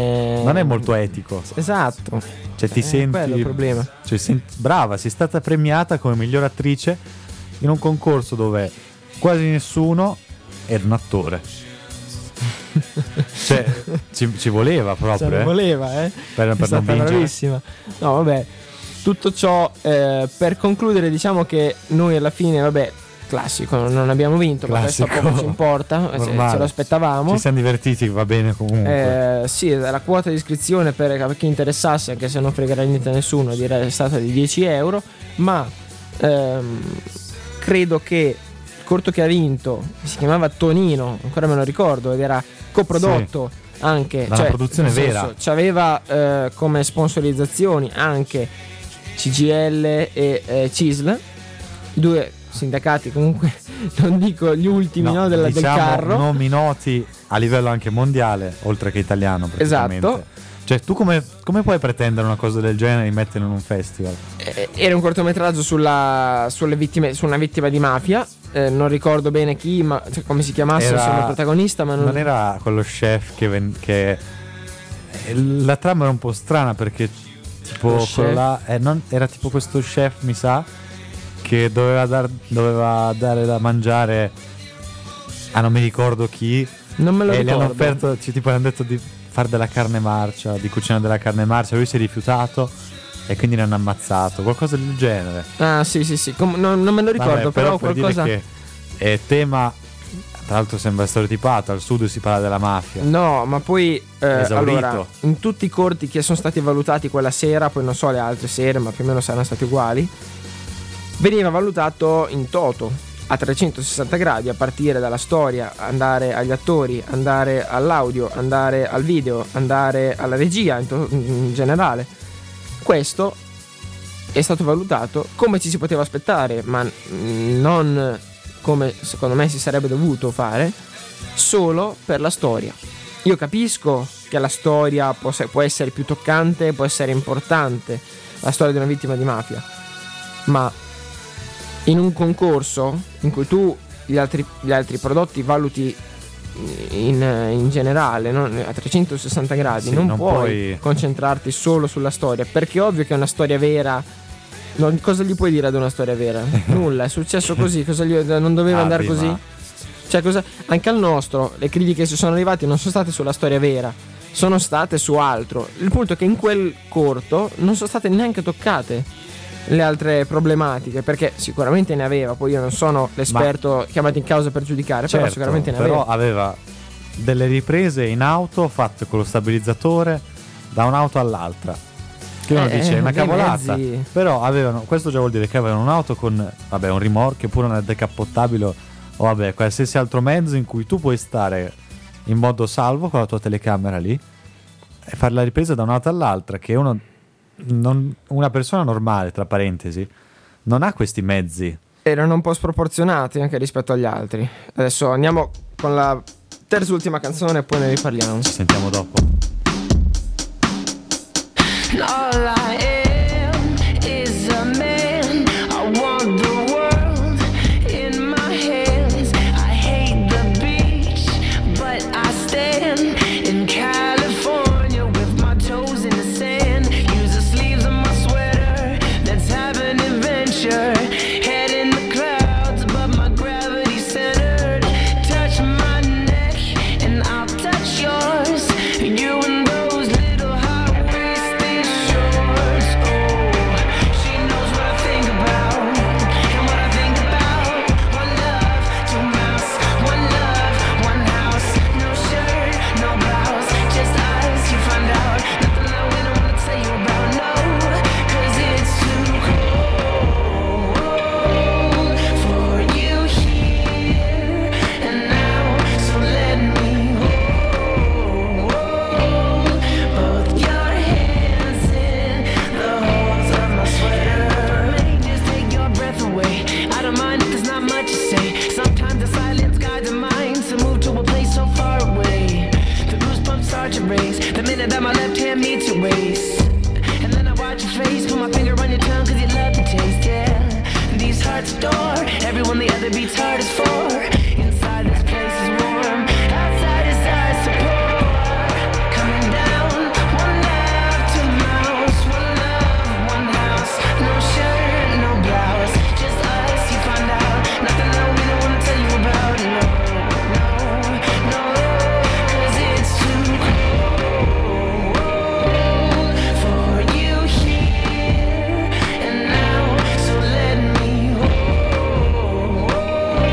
è molto etico. Esatto. Cioè ti senti... quello è il problema. Cioè, brava, sei stata premiata come miglior attrice in un concorso dove quasi nessuno era un attore. Cioè ci voleva proprio. Ci voleva, per è stata bravissima. No, vabbè. Tutto ciò per concludere, diciamo che noi alla fine, vabbè, classico, non abbiamo vinto, classico, ma questo poco ci importa, ce lo aspettavamo. Ci siamo divertiti, va bene comunque. Sì, la quota di iscrizione per chi interessasse, anche se non fregherà niente a nessuno, direi è stata di 10 euro, ma credo che il corto che ha vinto si chiamava Tonino, ancora me lo ricordo, ed era coprodotto anche, dalla produzione vera. C'aveva come sponsorizzazioni anche CGL e CISL, due sindacati comunque, non dico gli ultimi, no, diciamo, del carro, nomi noti a livello anche mondiale oltre che italiano praticamente. Esatto. Cioè tu come puoi pretendere una cosa del genere e metterla in un festival? Era un cortometraggio su una vittima di mafia, non ricordo bene chi, ma cioè, come si chiamasse il protagonista, ma non era quello chef che la trama era un po' strana perché tipo quello là era tipo questo chef, mi sa, che doveva dare da mangiare a non mi ricordo chi, non me lo ricordo, e gli hanno offerto, tipo hanno detto di fare della carne marcia, di cucinare della carne marcia, lui si è rifiutato e quindi l'hanno ammazzato, qualcosa del genere. Ah sì, non me lo ricordo. Vabbè, però qualcosa dire che è tema, tra l'altro sembra stereotipato, al sud si parla della mafia. No, ma poi allora, in tutti i corti che sono stati valutati quella sera, poi non so le altre sere, ma più o meno saranno stati uguali, veniva valutato in toto a 360 gradi, a partire dalla storia, andare agli attori, andare all'audio, andare al video, andare alla regia in generale. Questo è stato valutato come ci si poteva aspettare, ma non come secondo me si sarebbe dovuto fare, solo per la storia. Io capisco che la storia può essere più toccante, può essere importante, la storia di una vittima di mafia, ma in un concorso in cui tu gli altri prodotti valuti in generale, a 360 gradi, sì, non puoi concentrarti solo sulla storia, perché è ovvio che è una storia vera. Cosa gli puoi dire ad una storia vera? Nulla, è successo così, non doveva andare così? Ma... Cioè, anche al nostro le critiche che si sono arrivate non sono state sulla storia vera, sono state su altro. Il punto è che in quel corto non sono state neanche toccate le altre problematiche, perché sicuramente ne aveva. Poi io non sono l'esperto chiamato in causa per giudicare, certo, però sicuramente ne aveva. Però aveva delle riprese in auto fatte con lo stabilizzatore da un'auto all'altra, che uno dice è una cavolata, mezzi. Però avevano, questo già vuol dire che avevano un'auto con un rimorchio, pure una decappottabile o qualsiasi altro mezzo in cui tu puoi stare in modo salvo con la tua telecamera lì e fare la ripresa da un'auto all'altra, che una persona normale, tra parentesi, non ha questi mezzi. Erano un po' sproporzionati anche rispetto agli altri. Adesso andiamo con la terz'ultima canzone e poi ne riparliamo. Ci sentiamo dopo. All I am is a man. I want the world in my hands. I hate the beach, but I stand in California with my toes in the sand. Use the sleeves of my sweater. Let's have an adventure. Head in the clouds, but my gravity centered. Touch my neck and I'll touch yours. You and those little high-waisted shorts. Oh, she knows what I think about and what I think about. One love, two mouths. One love, one house. No shirt, no blouse, just us. You find out nothing that we don't wanna tell you about. No, 'cause it's too cold for you here and now. So let me hold both your hands in the holes of my sweater. Just take your breath away. I don't mind if there's not much to say. Sometimes the silence guides the mind to move to a place so far away. The goosebumps start to raise the minute that my left hand meets your waist. And then I watch your face, put my finger on your tongue 'cause you love the taste, yeah. These hearts adore everyone the other beats hardest for. Inside this place is warm, outside is ice to pour. Coming down, one love, two mouths. One love, one house. No shirt, no blouse, just us. You find out nothing that we don't wanna tell you about. No, no, no, 'cause it's too cold for you here and now. So let me hold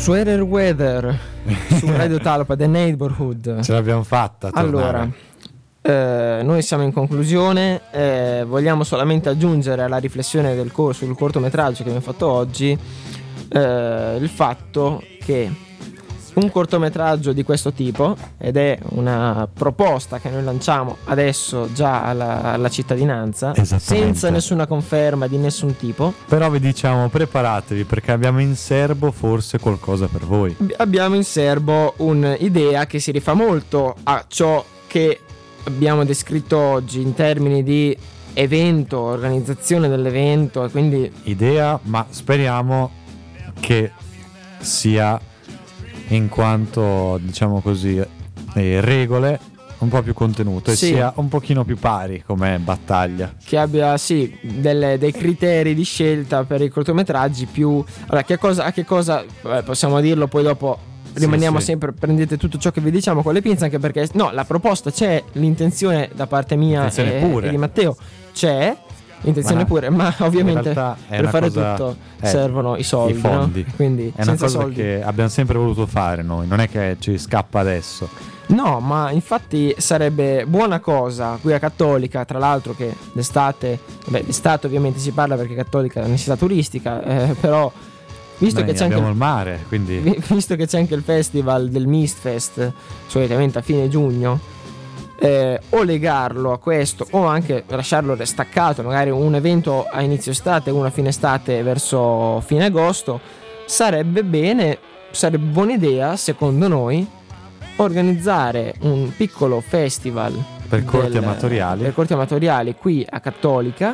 Sweater Weather su Radio Talpa, The Neighborhood. Ce l'abbiamo fatta. Allora, noi siamo in conclusione, vogliamo solamente aggiungere alla riflessione sul cortometraggio che abbiamo fatto oggi il fatto che un cortometraggio di questo tipo, ed è una proposta che noi lanciamo adesso già alla cittadinanza, senza nessuna conferma di nessun tipo, però vi diciamo preparatevi perché abbiamo in serbo forse qualcosa per voi. Abbiamo in serbo un'idea che si rifà molto a ciò che abbiamo descritto oggi in termini di evento, organizzazione dell'evento, e quindi idea, ma speriamo che sia, in quanto diciamo così regole, un po' più contenuto e sia un pochino più pari come battaglia, che abbia dei criteri di scelta per i cortometraggi più. Allora, a che cosa possiamo dirlo, poi dopo rimaniamo sempre, prendete tutto ciò che vi diciamo con le pinze, anche perché la proposta c'è, l'intenzione da parte mia e di Matteo c'è, l'intenzione pure, ma ovviamente per fare tutto servono i soldi, i fondi, no? Quindi è una cosa che abbiamo sempre voluto fare noi, non è che ci scappa adesso. No, ma infatti sarebbe buona cosa qui a Cattolica, tra l'altro, che d'estate ovviamente si parla perché Cattolica è una città turistica, però visto che c'è anche il mare, quindi visto che c'è anche il festival del Mistfest solitamente a fine giugno, o legarlo a questo o anche lasciarlo staccato, magari un evento a inizio estate, uno a fine estate verso fine agosto, sarebbe buona idea secondo noi organizzare un piccolo festival per corti amatoriali qui a Cattolica,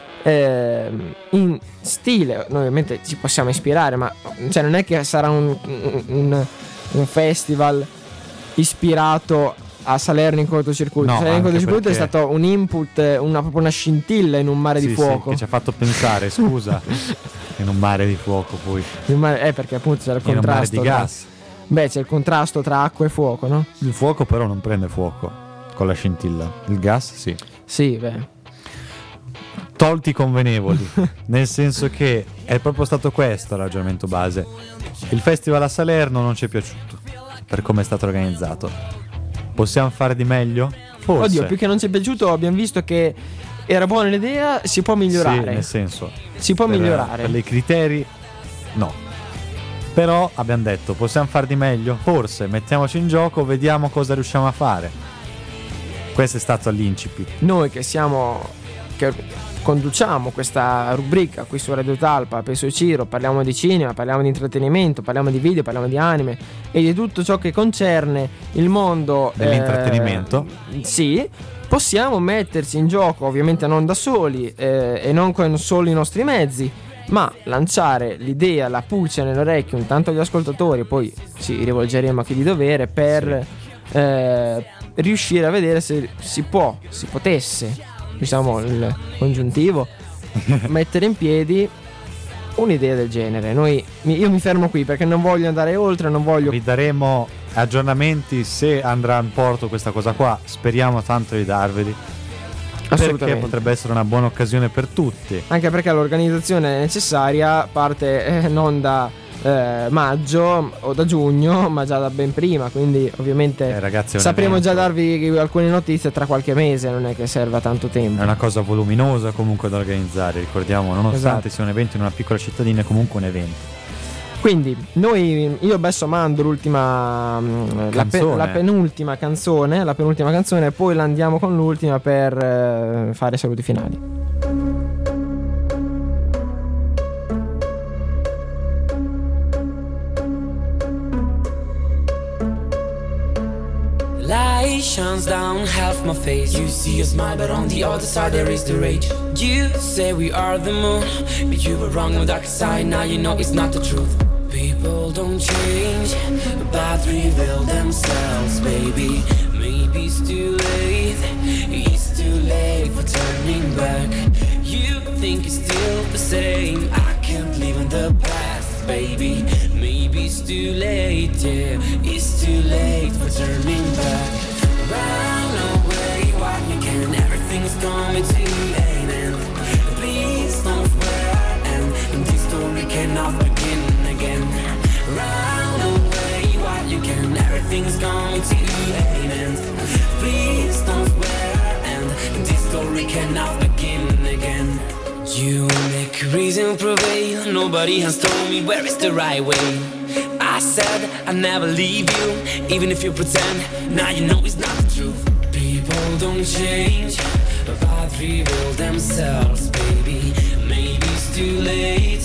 in stile, noi ovviamente ci possiamo ispirare, ma non è che sarà un festival ispirato a Salerno in cortocircuito. Salerno in cortocircuito è stato un input, proprio una scintilla in un mare di fuoco, che ci ha fatto pensare, scusa, in un mare di fuoco, poi perché appunto c'è il contrasto, in un mare di gas. C'è il contrasto tra acqua e fuoco, no? Il fuoco però non prende fuoco con la scintilla, il gas sì, tolti i convenevoli, nel senso che è proprio stato questo il ragionamento base. Il festival a Salerno non ci è piaciuto per come è stato organizzato. Possiamo fare di meglio? Forse. Oddio, più che non ci è piaciuto, abbiamo visto che era buona l'idea, si può migliorare. Sì, nel senso, si può migliorare. Per i criteri no. Però abbiamo detto, possiamo fare di meglio? Forse, mettiamoci in gioco, vediamo cosa riusciamo a fare. Questo è stato l'incipit. Noi che conduciamo questa rubrica qui su Radio Talpa, Peso e Ciro, parliamo di cinema, parliamo di intrattenimento, parliamo di video, parliamo di anime e di tutto ciò che concerne il mondo dell'intrattenimento. Sì, possiamo metterci in gioco, ovviamente non da soli e non con solo i nostri mezzi, ma lanciare l'idea, la pulce nell'orecchio intanto agli ascoltatori, poi ci rivolgeremo a chi di dovere per riuscire a vedere se si potesse, diciamo il congiuntivo, mettere in piedi un'idea del genere. Io mi fermo qui perché non voglio andare oltre, vi daremo aggiornamenti se andrà in porto questa cosa qua, speriamo tanto di darveli, perché potrebbe essere una buona occasione per tutti, anche perché l'organizzazione necessaria parte non da maggio o da giugno, ma già da ben prima, quindi ovviamente ragazzi, sapremo già darvi alcune notizie tra qualche mese, non è che serva tanto tempo, è una cosa voluminosa comunque da organizzare, ricordiamo, nonostante sia un evento in una piccola cittadina, è comunque un evento. Quindi io adesso mando la penultima canzone, e poi la andiamo con l'ultima per fare saluti finali. Light shines down half my face. You see a smile, but on the other side there is the rage. You say we are the moon, but you were wrong on the dark side. Now you know it's not the truth. People don't change, but reveal themselves, baby. Maybe it's too late, it's too late for turning back. You think it's still the same, I can't live in the past, baby. Maybe it's too late, yeah, it's too late for turning back. Run away while you can, everything's coming to an end. Please don't swear, and this story cannot begin again. Run everything's coming to an end. Please don't swear, and this story cannot begin again. You make reason prevail, nobody has told me where is the right way. I said I'd never leave you, even if you pretend, now you know it's not the truth. People don't change, but reveal themselves, baby. Maybe it's too late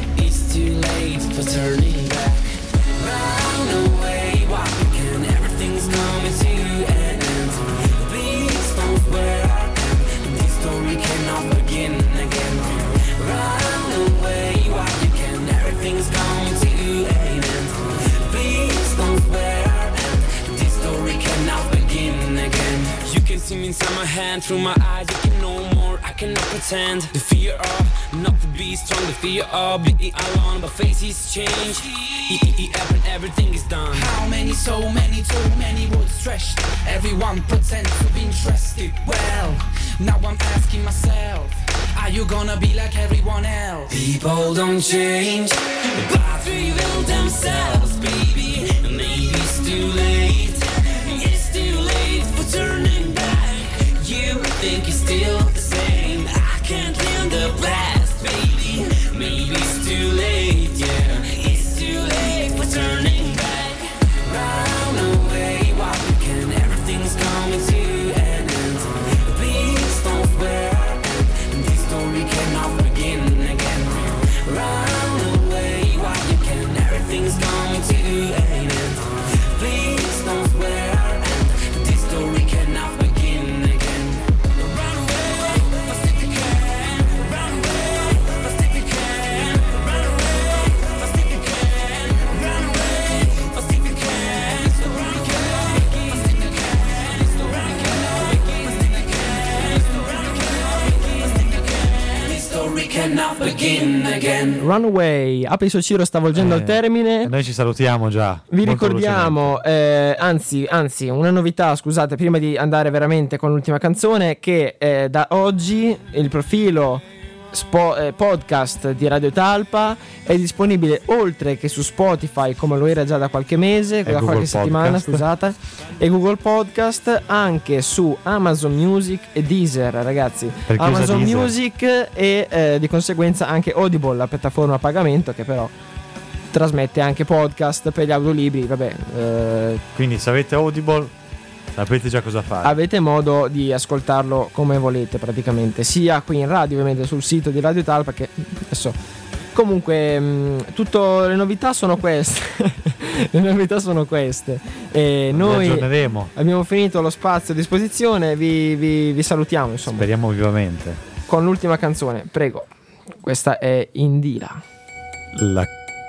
for turning back. Run away while you can, everything's coming to an end. Please don't swear, this story cannot begin again. Run away while you can, everything's coming to an end. Please don't swear, this story cannot begin again. You can see me inside my hand, through my eyes, you can know more, I cannot pretend. The fear of not to be strong, the fear of being alone, but faces change. And everything is done. How many, so many, too many words stretched. Everyone pretends to be interested. Well, now I'm asking myself, are you gonna be like everyone else? People don't change, but reveal themselves, baby. Maybe it's too late. It's too late for turning back. You think it's still the same. I can't live the past, baby. Maybe it's too late, yeah. It's too late for turning back. Run away while you can, everything's coming to an end. Please don't swear, this story cannot begin again. Run away while you can, everything's coming to an end. Please don't swear, this story cannot begin again. Run away, fast if you can. Run away, fast if you can. Run away, fast if you can. Run away, fast if you can. Run away, fast if you can. Run away, fast if you can. This story cannot begin again. Runaway, Apiso Ciro sta volgendo al termine. Noi ci salutiamo già. Vi molto ricordiamo, anzi, una novità, scusate, prima di andare veramente con l'ultima canzone, che da oggi il profilo podcast di Radio Talpa è disponibile oltre che su Spotify, come lo era già da qualche mese, da qualche settimana, scusate, e Google Podcast, anche su Amazon Music e Deezer, ragazzi. Per chi usa Amazon Deezer. Music e di conseguenza anche Audible, la piattaforma a pagamento che però trasmette anche podcast per gli audiolibri, vabbè. Quindi se avete Audible sapete già cosa fare. Avete modo di ascoltarlo come volete praticamente, sia qui in radio, ovviamente sul sito di Radio Talpa, che adesso comunque tutte le novità sono queste. Le novità sono queste e noi aggiorneremo. abbiamo finito lo spazio a disposizione, vi salutiamo, insomma, Speriamo vivamente. con l'ultima canzone, prego. Questa è Indira. La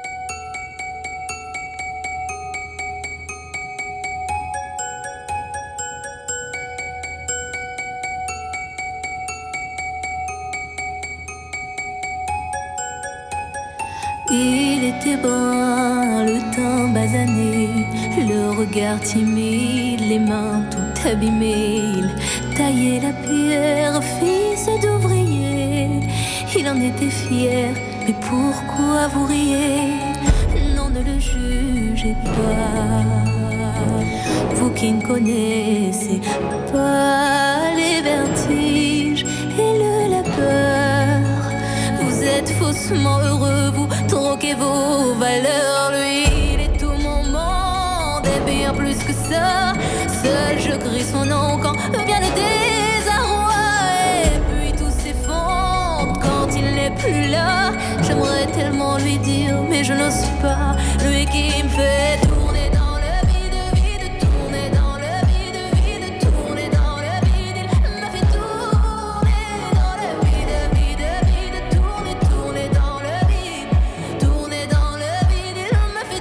Il était brun, le teint basané, le regard timide, les mains tout abîmées. Il taillait la pierre, fils d'ouvrier. Il en était fier, mais pourquoi vous riez? Non, ne le jugez pas. Vous qui ne connaissez pas les vertiges et la peur. Vous êtes faussement heureux, vous troquez vos valeurs. Lui, il est tout mon monde et bien plus que ça. Seul je crie son nom quand vient le désarroi. Et puis tout s'effondre quand il n'est plus là. J'aimerais tellement lui dire, mais je n'ose pas. Lui qui me fait tourner dans le vide, vide, tourner dans le vide, vide, tourner dans le vide. Il me fait tourner dans le vide, vide, vide, tourner, tourner dans le vide, tourner dans le vide. Il me fait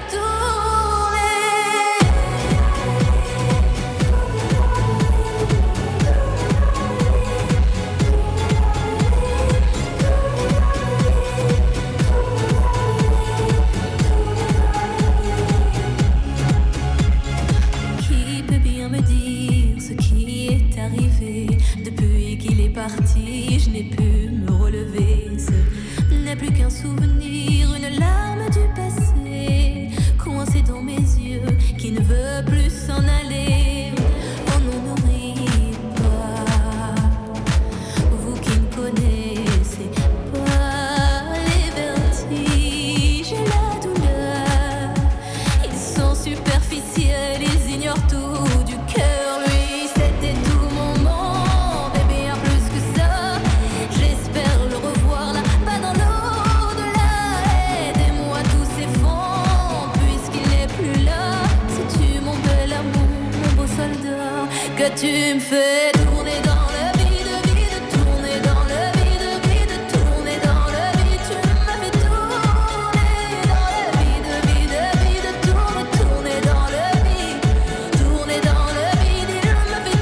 que tu me fais tourner dans le vide, vide, tourner dans le vide, vide, tourner dans le vide. Tu m'as fait tourner dans le vide, vide, vide, tourner dans le vide, tourner dans le vide. Il m'a fait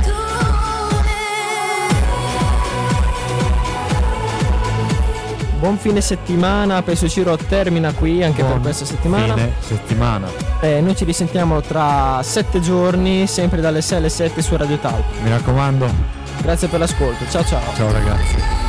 tourner. Buon fine settimana, penso Ciro termina qui anche per questa settimana. Fine settimana. Noi ci risentiamo tra 7 giorni, sempre dalle 6 alle 7 su Radio Talk. Mi raccomando. Grazie per l'ascolto, ciao ciao. Ciao ragazzi.